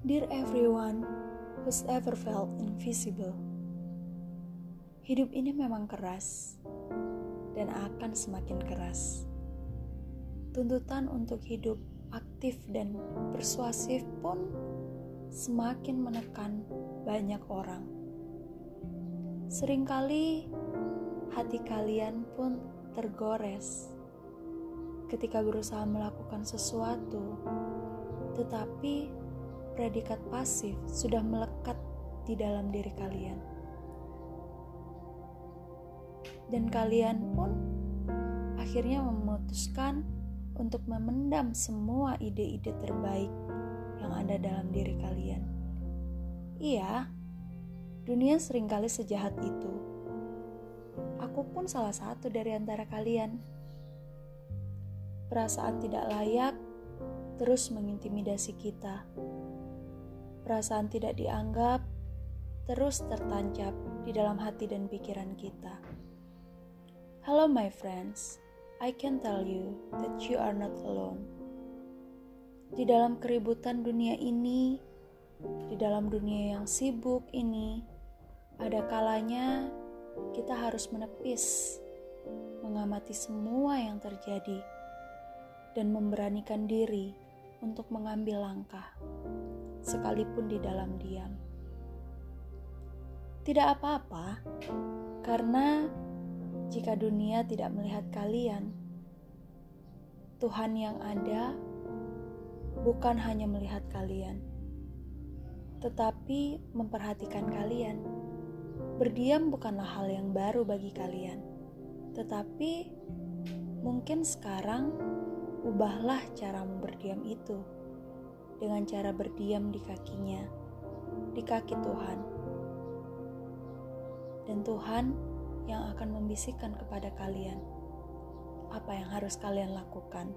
Dear everyone who's ever felt invisible, hidup ini memang keras dan akan semakin keras. Tuntutan untuk hidup aktif dan persuasif pun semakin menekan banyak orang. Seringkali hati kalian pun tergores ketika berusaha melakukan sesuatu, tetapi predikat pasif sudah melekat di dalam diri kalian. Dan kalian pun akhirnya memutuskan untuk memendam semua ide-ide terbaik yang ada dalam diri kalian. Iya, dunia seringkali sejahat itu. Aku pun salah satu dari antara kalian. Perasaan tidak layak terus mengintimidasi kita. Perasaan tidak dianggap terus tertancap di dalam hati dan pikiran kita. Hello my friends, I can tell you that you are not alone. Di dalam keributan dunia ini, di dalam dunia yang sibuk ini, ada kalanya kita harus menepis, mengamati semua yang terjadi, dan memberanikan diri untuk mengambil langkah, sekalipun di dalam diam. Tidak apa-apa, karena jika dunia tidak melihat kalian, Tuhan yang ada bukan hanya melihat kalian, tetapi memperhatikan kalian. Berdiam bukanlah hal yang baru bagi kalian, tetapi mungkin sekarang ubahlah caramu berdiam itu dengan cara berdiam di kakinya, di kaki Tuhan. Dan Tuhan yang akan membisikkan kepada kalian apa yang harus kalian lakukan.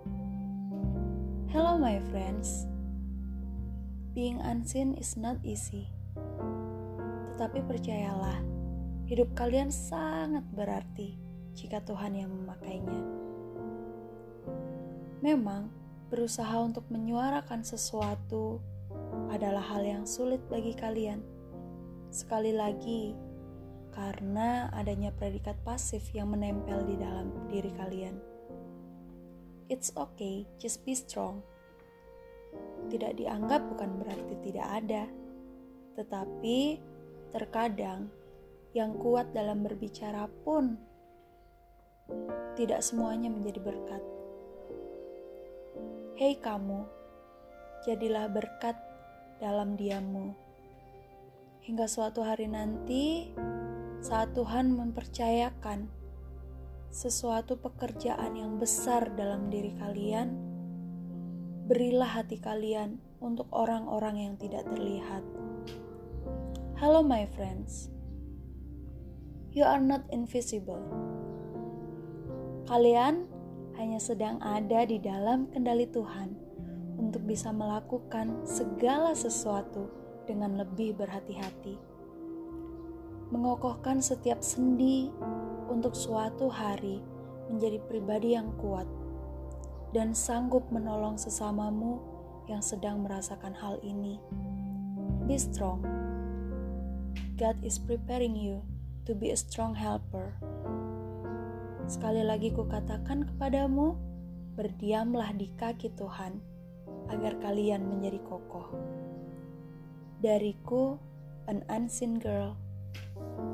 Hello my friends, being unseen is not easy. Tetapi percayalah, hidup kalian sangat berarti jika Tuhan yang memakainya. Memang, berusaha untuk menyuarakan sesuatu adalah hal yang sulit bagi kalian. Sekali lagi, karena adanya predikat pasif yang menempel di dalam diri kalian. It's okay, just be strong. Tidak dianggap bukan berarti tidak ada, tetapi terkadang yang kuat dalam berbicara pun tidak semuanya menjadi berkat. Hei kamu, jadilah berkat dalam diammu. Hingga suatu hari nanti, saat Tuhan mempercayakan sesuatu pekerjaan yang besar dalam diri kalian, berilah hati kalian untuk orang-orang yang tidak terlihat. Hello my friends, you are not invisible. Kalian hanya sedang ada di dalam kendali Tuhan untuk bisa melakukan segala sesuatu dengan lebih berhati-hati. Mengokohkan setiap sendi untuk suatu hari menjadi pribadi yang kuat dan sanggup menolong sesamamu yang sedang merasakan hal ini. Be strong. God is preparing you to be a strong helper. Sekali lagi kukatakan kepadamu, berdiamlah di kaki Tuhan agar kalian menjadi kokoh. Dariku, an unseen girl.